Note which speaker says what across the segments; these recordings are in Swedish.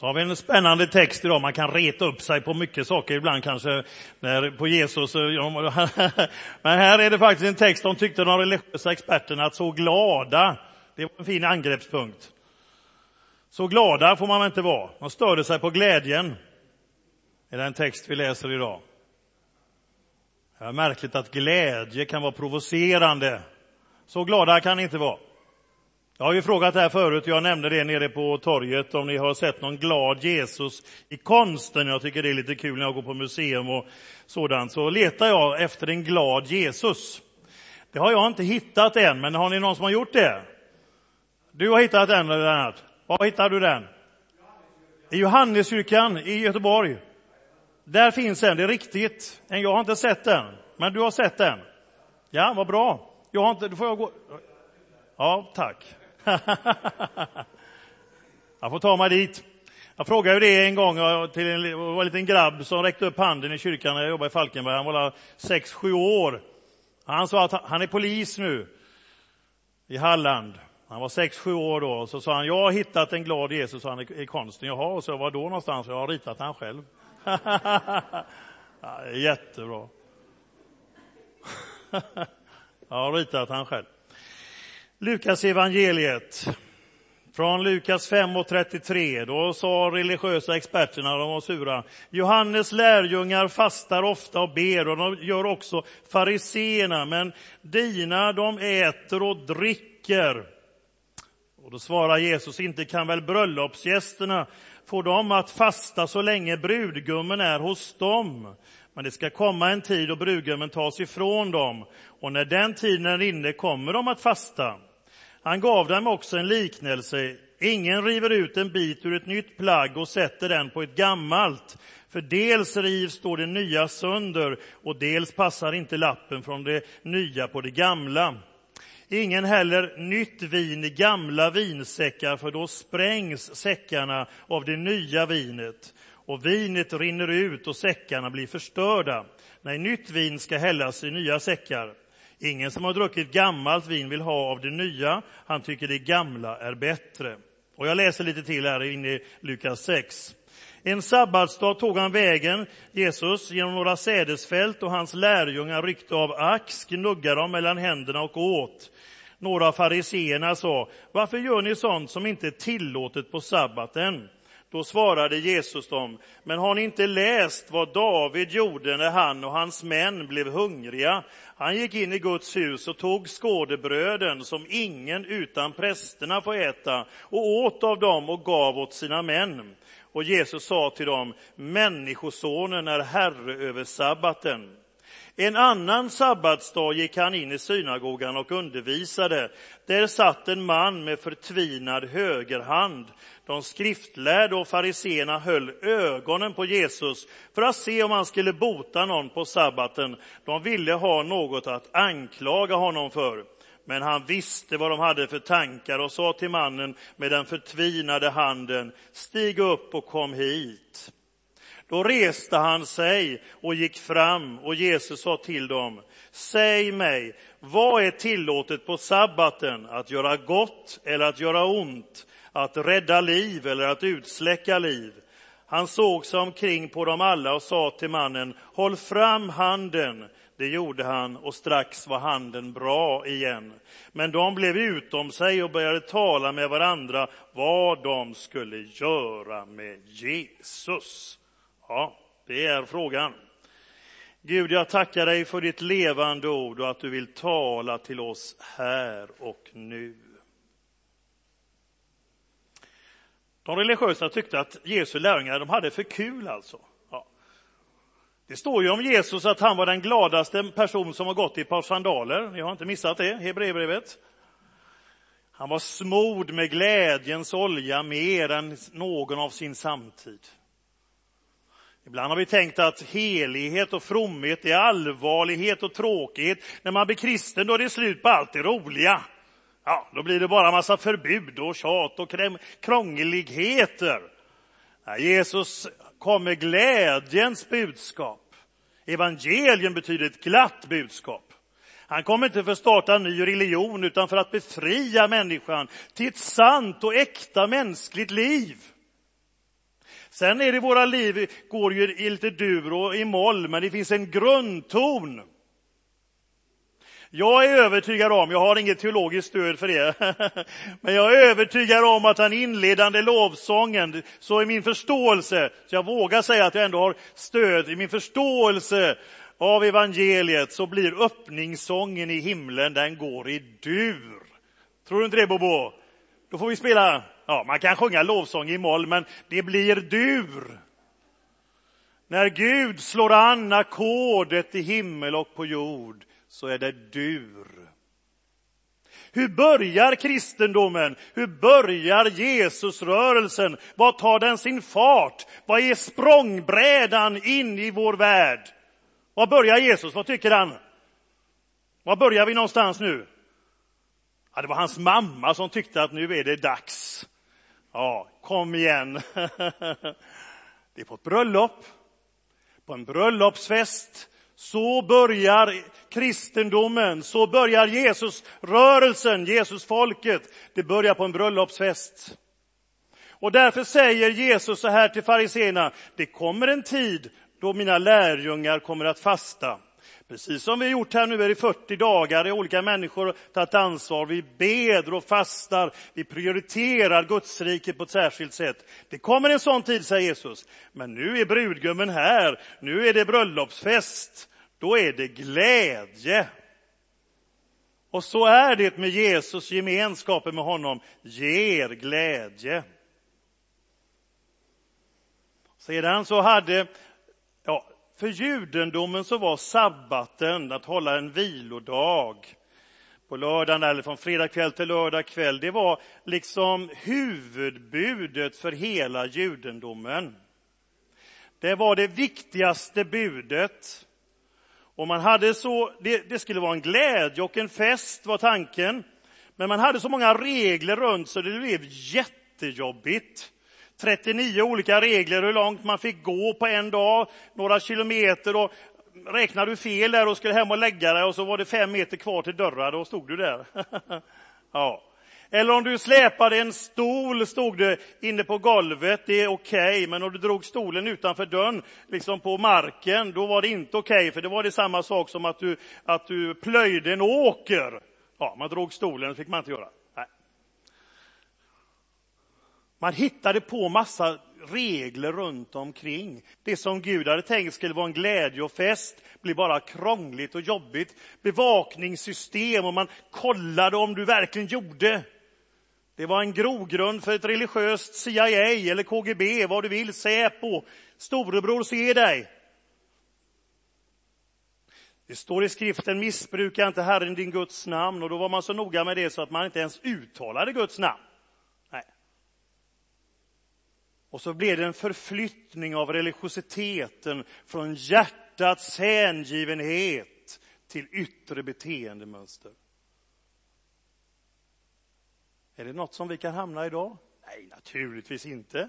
Speaker 1: Så har vi en spännande text idag. Man kan reta upp sig på mycket saker ibland kanske på Jesus. Men här är det faktiskt en text de tyckte de religiösa experterna att så glada. Det var en fin angreppspunkt. Så glada får man inte vara. De störde sig på glädjen. I den text vi läser idag. Det är märkligt att glädje kan vara provocerande. Så glada kan ni inte vara. Jag har ju frågat här förut, jag nämnde det nere på torget, om ni har sett någon glad Jesus i konsten. Jag tycker det är lite kul när jag går på museum och sådant. Så letar jag efter en glad Jesus. Det har jag inte hittat än, men har ni någon som har gjort det? Du har hittat den, Lennart. Var hittar du den? I Johanneskyrkan i Göteborg. Där finns en, det är riktigt. Jag har inte sett den, men du har sett den. Ja, vad bra. Jag har inte, då får jag gå. Ja, tack. Jag får ta mig dit. Jag frågade ju det en gång till en liten grabb som räckte upp handen i kyrkan när jag jobbade i Falkenberg. Han var 6-7 år. Han sa att han är polis nu i Halland. Han var 6-7 år då. Och så sa han, jag har hittat en glad Jesus i konsten. Jaha, och så var då någonstans? Jag har ritat han själv. Ja, jättebra. Jag har ritat han själv. Lukas evangeliet. Från Lukas 5:33. Då sa religiösa experterna, de var sura. Johannes lärjungar fastar ofta och ber, och de gör också fariseerna. Men dina, de äter och dricker. Och då svarar Jesus, inte kan väl bröllopsgästerna få dem att fasta så länge brudgummen är hos dem. Men det ska komma en tid då brudgummen tas ifrån dem. Och när den tiden är inne kommer de att fasta. Han gav dem också en liknelse. Ingen river ut en bit ur ett nytt plagg och sätter den på ett gammalt. För dels rivs då det nya sönder, och dels passar inte lappen från det nya på det gamla. Ingen heller nytt vin i gamla vinsäckar, för då sprängs säckarna av det nya vinet. Och vinet rinner ut och säckarna blir förstörda. Nej, nytt vin ska hällas i nya säckar. Ingen som har druckit gammalt vin vill ha av det nya. Han tycker det gamla är bättre. Och jag läser lite till här inne i Lukas 6. En sabbatsdag tog han vägen, Jesus, genom några sädesfält, och hans lärjungar ryckte av ax, gnuggade dem mellan händerna och åt. Några av fariseerna sa, varför gör ni sånt som inte är tillåtet på sabbaten? Då svarade Jesus dem, men har ni inte läst vad David gjorde när han och hans män blev hungriga? Han gick in i Guds hus och tog skådebröden som ingen utan prästerna får äta, och åt av dem och gav åt sina män. Och Jesus sa till dem, människosonen är herre över sabbaten. En annan sabbatsdag gick han in i synagogan och undervisade. Där satt en man med förtvinad högerhand. De skriftlärde och fariseerna höll ögonen på Jesus för att se om han skulle bota någon på sabbaten. De ville ha något att anklaga honom för. Men han visste vad de hade för tankar och sa till mannen med den förtvinade handen, stig upp och kom hit. Då reste han sig och gick fram, och Jesus sa till dem, säg mig, vad är tillåtet på sabbaten? Att göra gott eller att göra ont? Att rädda liv eller att utsläcka liv? Han såg sig omkring på dem alla och sa till mannen, håll fram handen. Det gjorde han, och strax var handen bra igen. Men de blev utom sig och började tala med varandra vad de skulle göra med Jesus. Ja, det är frågan. Gud, jag tackar dig för ditt levande ord och att du vill tala till oss här och nu. De religiösa tyckte att Jesu lärjungar, de hade för kul alltså. Ja. Det står ju om Jesus att han var den gladaste person som har gått i ett par sandaler. Ni har inte missat det, Hebreerbrevet. Han var smord med glädjens olja mer än någon av sin samtid. Ibland har vi tänkt att helighet och fromhet är allvarlighet och tråkighet. När man blir kristen då är det slut på allt det roliga. Ja, då blir det bara massa förbud och tjat och krångligheter. Jesus kom med glädjens budskap. Evangelium betyder ett glatt budskap. Han kom inte för att starta en ny religion utan för att befria människan till ett sant och äkta mänskligt liv. Sen är det våra liv går ju i lite dur och i moll, men det finns en grundton. Jag är övertygad om, jag har inget teologiskt stöd för det, men jag är övertygad om att den inledande lovsången, så är min förståelse, så jag vågar säga att jag ändå har stöd i min förståelse av evangeliet, så blir öppningssången i himlen, den går i dur. Tror du inte det, Bobo? Då får vi spela, ja, man kan sjunga lovsång i moll, men det blir dur. När Gud slår an ackordet i himmel och på jord, så är det dur. Hur börjar kristendomen? Hur börjar Jesusrörelsen? Vad tar den sin fart? Vad är språngbrädan in i vår värld? Vad börjar Jesus? Vad tycker han? Var börjar vi någonstans nu? Ja, det var hans mamma som tyckte att nu är det dags. Ja, kom igen. Det är på ett bröllop. På en bröllopsfest. Så börjar kristendomen. Så börjar Jesusrörelsen, Jesusfolket. Det börjar på en bröllopsfest. Och därför säger Jesus så här till fariséerna: det kommer en tid då mina lärjungar kommer att fasta. Precis som vi har gjort här nu är det 40 dagar. Det olika människor tagit ansvar. Vi ber och fastar. Vi prioriterar Guds rike på ett särskilt sätt. Det kommer en sån tid, säger Jesus. Men nu är brudgummen här. Nu är det bröllopsfest. Då är det glädje. Och så är det med Jesus. Gemenskapen med honom ger glädje. Sedan så hade... För judendomen så var sabbaten, att hålla en vilodag på lördagen eller från fredag kväll till lördag kväll, det var liksom huvudbudet för hela judendomen. Det var det viktigaste budet. Och man hade så, det skulle vara en glädje och en fest var tanken. Men man hade så många regler runt så det blev jättejobbigt. 39 olika regler hur långt man fick gå på en dag, några kilometer, och räknade du fel där och skulle hem och lägga dig och så var det 5 meter kvar till dörrar, då stod du där. Ja. Eller om du släpade en stol, stod det inne på golvet, det är okej, men om du drog stolen utanför dörren, liksom på marken, då var det inte okej, för det var det samma sak som att du plöjde en åker. Ja, man drog stolen, det fick man inte göra. Man hittade på massa regler runt omkring. Det som Gud hade tänkt skulle vara en glädje och fest blir bara krångligt och jobbigt. Bevakningssystem och man kollade om du verkligen gjorde. Det var en grogrund för ett religiöst CIA eller KGB, vad du vill, Säpo. Storebror ser dig. Det står i skriften, missbruka inte Herren din Guds namn. Och då var man så noga med det så att man inte ens uttalade Guds namn. Och så blev det en förflyttning av religiositeten från hjärtats hängivenhet till yttre beteendemönster. Är det något som vi kan hamna idag? Nej, naturligtvis inte.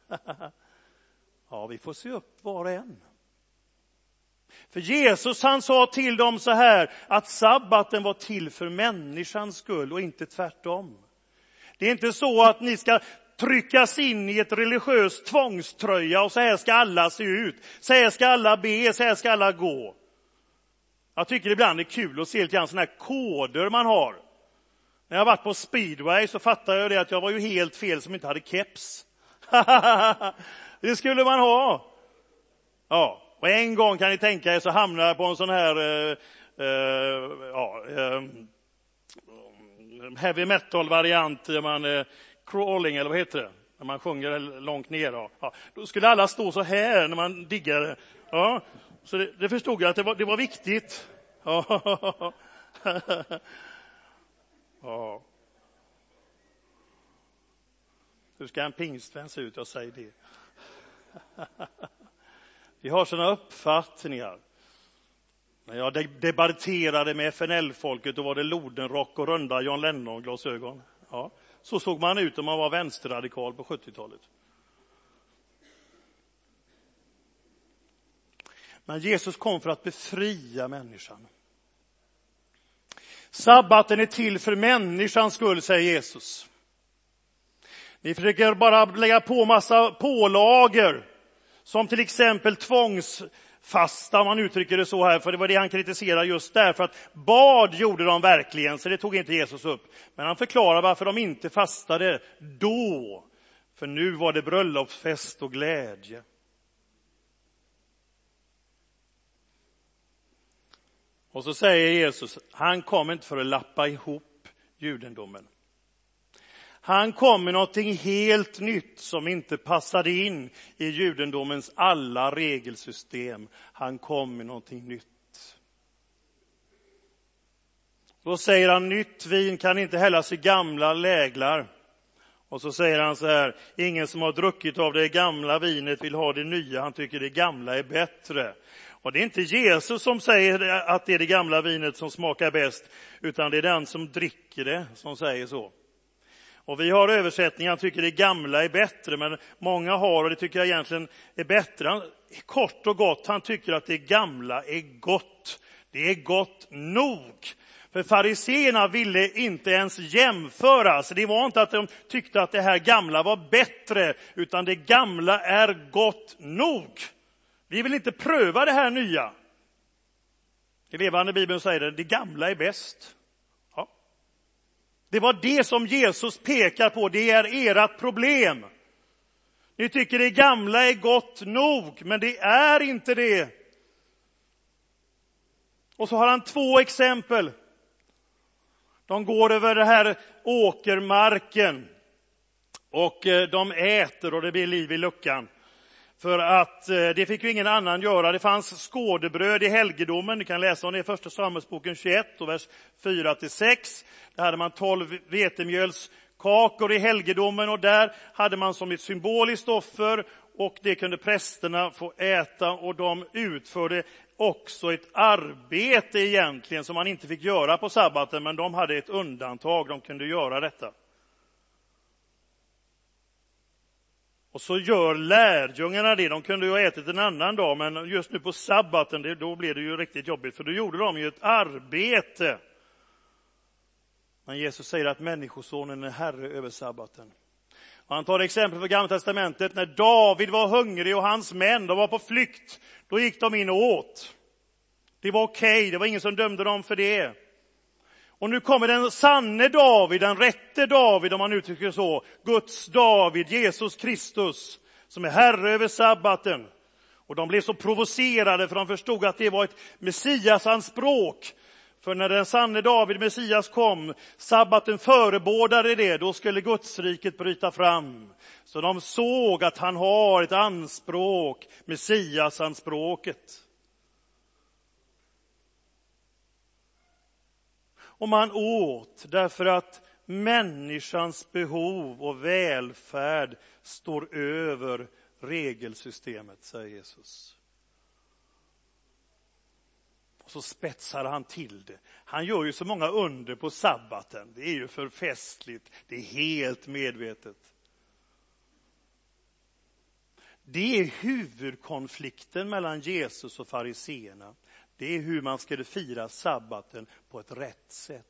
Speaker 1: Ja, vi får se upp var och en. För Jesus, han sa till dem så här, att sabbaten var till för människans skull och inte tvärtom. Det är inte så att ni ska tryckas in i ett religiöst tvångströja och så här ska alla se ut. Så här ska alla be, så här ska alla gå. Jag tycker ibland det är kul att se lite grann sådana här koder man har. När jag varit på speedway så fattar jag det att jag var ju helt fel som inte hade keps. Det skulle man ha. Ja, och en gång kan ni tänka er så hamnar jag på en sån här heavy metal-variant där man crawling, eller vad heter det? När man sjunger långt ner. Ja, då skulle alla stå så här när man diggar. Ja, så det förstod jag att det var viktigt. Ja. Ja. Hur ska en pingstvän se ut? Jag säger det. Vi har sådana uppfattningar. När jag debatterade med FNL-folket då var det lodenrock och runda John Lennon-glasögon. Ja. Så såg man ut om man var vänsterradikal på 70-talet. Men Jesus kom för att befria människan. Sabbaten är till för människans skull, säger Jesus. Ni försöker bara lägga på massa pålager, som till exempel tvångsfasta, om man uttrycker det så här, för det var det han kritiserade just där, för att bad gjorde de verkligen, så det tog inte Jesus upp. Men han förklarar varför de inte fastade då, för nu var det bröllopsfest och glädje. Och så säger Jesus, han kom inte för att lappa ihop judendomen. Han kom med någonting helt nytt som inte passade in i judendomens alla regelsystem. Han kom med någonting nytt. Då säger han, nytt vin kan inte hällas i gamla läglar. Och så säger han så här, ingen som har druckit av det gamla vinet vill ha det nya. Han tycker det gamla är bättre. Och det är inte Jesus som säger att det är det gamla vinet som smakar bäst, utan det är den som dricker det som säger så. Och vi har översättningar, han tycker det gamla är bättre, men många har, och det tycker jag egentligen är bättre. Kort och gott, han tycker att det gamla är gott. Det är gott nog. För fariseerna ville inte ens jämföra. Så det var inte att de tyckte att det här gamla var bättre, utan det gamla är gott nog. Vi vill inte pröva det här nya. I levande Bibeln säger det gamla är bäst. Ja. Det var det som Jesus pekar på, det är ert problem. Ni tycker det gamla är gott nog, men det är inte det. Och så har han 2 exempel. De går över det här åkermarken och de äter och det blir liv i luckan. För att det fick ju ingen annan göra. Det fanns skådebröd i helgedomen. Ni kan läsa om det i första Samuelsboken 21 och vers 4-6. Där hade man 12 vetemjölskakor i helgedomen och där hade man som ett symboliskt offer, och det kunde prästerna få äta, och de utförde också ett arbete egentligen som man inte fick göra på sabbaten, men de hade ett undantag, de kunde göra detta. Och så gör lärjungarna det. De kunde ju ha ätit en annan dag, men just nu på sabbaten, då blev det ju riktigt jobbigt. För då gjorde de ju ett arbete. Men Jesus säger att människosonen är herre över sabbaten. Och han tar exempel för Gamla testamentet. När David var hungrig och hans män, de var på flykt, då gick de in och åt. Det var okej, det var ingen som dömde dem för det. Och nu kommer den sanne David, den rätte David, om man uttrycker så. Guds David, Jesus Kristus, som är herre över sabbaten. Och de blev så provocerade, för de förstod att det var ett Messiasanspråk. För när den sanne David, Messias, kom, sabbaten förebådade det, då skulle Gudsriket bryta fram. Så de såg att han har ett anspråk, Messiasanspråket. Och man åt därför att människans behov och välfärd står över regelsystemet, säger Jesus. Och så spetsar han till det. Han gör ju så många under på sabbaten. Det är ju för festligt. Det är helt medvetet. Det är huvudkonflikten mellan Jesus och fariseerna. Det är hur man skulle fira sabbaten på ett rätt sätt.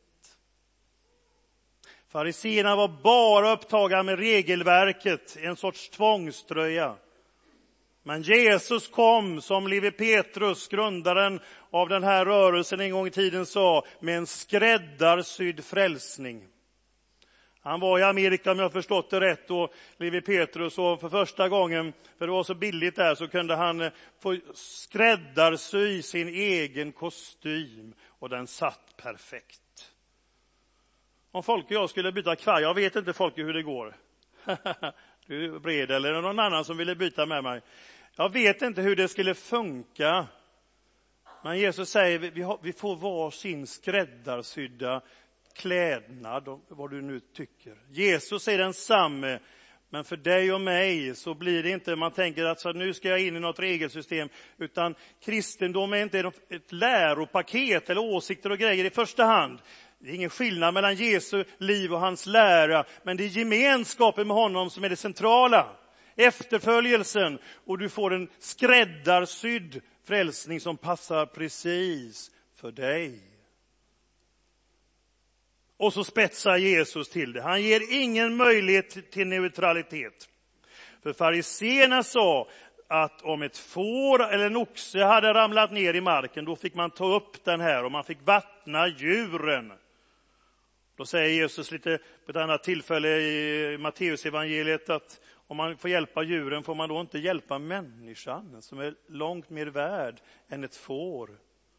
Speaker 1: Fariseerna var bara upptagna med regelverket, en sorts tvångströja. Men Jesus kom, som Levi Petrus, grundaren av den här rörelsen en gång i tiden, sa, med en skräddarsydd frälsning. Han var i Amerika, om jag har förstått det rätt, och Levi Petrus, och för första gången, för det var så billigt där, så kunde han få skräddarsy sin egen kostym, och den satt perfekt. Om folk och jag skulle byta kvar, jag vet inte folk hur det går. Du är bred, eller någon annan som ville byta med mig. Jag vet inte hur det skulle funka. Men Jesus säger, vi får var sin skräddarsydda klädnad, vad du nu tycker. Jesus är densamme, men för dig och mig så blir det inte, man tänker att så nu ska jag in i något regelsystem, utan kristendom är inte ett läropaket eller åsikter och grejer i första hand. Det är ingen skillnad mellan Jesu liv och hans lära, men det är gemenskapen med honom som är det centrala. Efterföljelsen, och du får en skräddarsydd frälsning som passar precis för dig. Och så spetsar Jesus till det. Han ger ingen möjlighet till neutralitet. För fariseerna sa att om ett får eller en oxe hade ramlat ner i marken, då fick man ta upp den här och man fick vattna djuren. Då säger Jesus lite på ett annat tillfälle i Matteus evangeliet att om man får hjälpa djuren får man då inte hjälpa människan som är långt mer värd än ett får.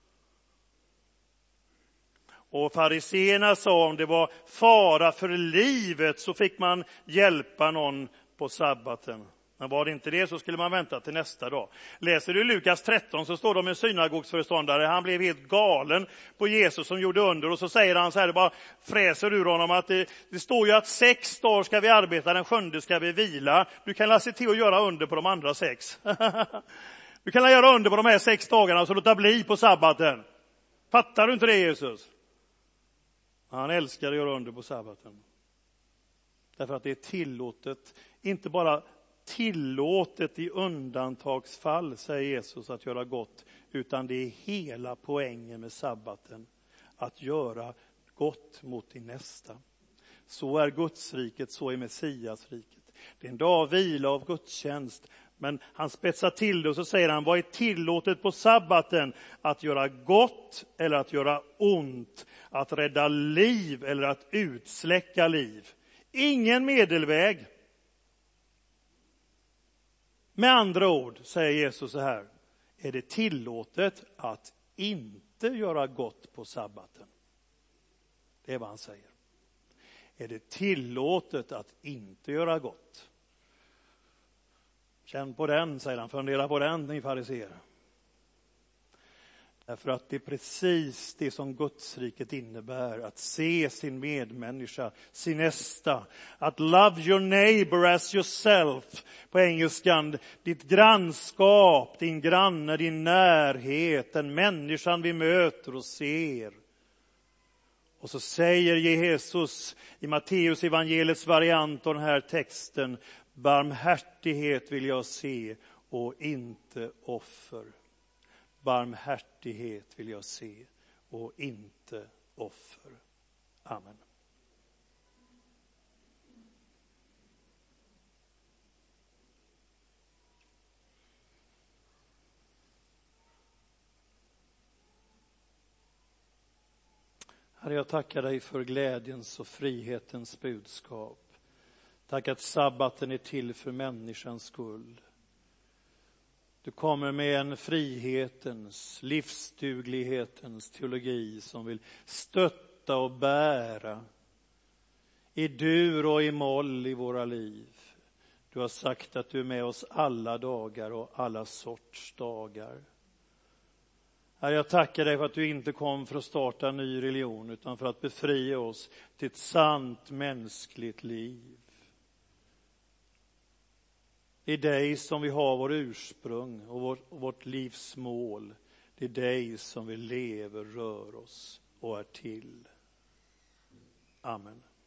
Speaker 1: Och fariseerna sa om det var fara för livet så fick man hjälpa någon på sabbaten. Men var det inte det så skulle man vänta till nästa dag. Läser du Lukas 13 så står det om en synagogsföreståndare. Han blev helt galen på Jesus som gjorde under. Och så säger han så här, det bara fräser ur honom att det står ju att 6 dagar ska vi arbeta, den 7:e ska vi vila. Du kan se till att göra under på de andra 6. Du kan göra under på de här 6 dagarna så låta bli på sabbaten. Fattar du inte det, Jesus? Han älskar att göra under på sabbaten. Därför att det är tillåtet, inte bara tillåtet i undantagsfall, säger Jesus, att göra gott, utan det är hela poängen med sabbaten, att göra gott mot din nästa. Så är Gudsriket, så är Messiasriket. Det är en dag av vila av gudstjänst, men han spetsar till det och så säger han, vad är tillåtet på sabbaten? Att göra gott eller att göra ont, att rädda liv eller att utsläcka liv. Ingen medelväg. Med andra ord säger Jesus så här, är det tillåtet att inte göra gott på sabbaten? Det är vad han säger. Är det tillåtet att inte göra gott? Känn på den, säger han, fundera på den, ni fariseer. Därför att det är precis det som Gudsriket innebär, att se sin medmänniska, sin nästa. Att love your neighbor as yourself, på engelskan, ditt grannskap, din granne, din närhet, den människan vi möter och ser. Och så säger Jesus i Matteus evangeliets variant av den här texten, barmhärtighet vill jag se och inte offer. Barmhärtighet vill jag se och inte offer. Amen. Herre, jag tackar dig för glädjens och frihetens budskap. Tack att sabbaten är till för människans skull. Du kommer med en frihetens, livsduglighetens teologi som vill stötta och bära i dur och i moll i våra liv. Du har sagt att du är med oss alla dagar och alla sorts dagar. Herre, jag tackar dig för att du inte kom för att starta en ny religion utan för att befria oss till ett sant mänskligt liv. Det är dig som vi har vår ursprung och vårt livs mål. Det är dig som vi lever, rör oss och är till. Amen.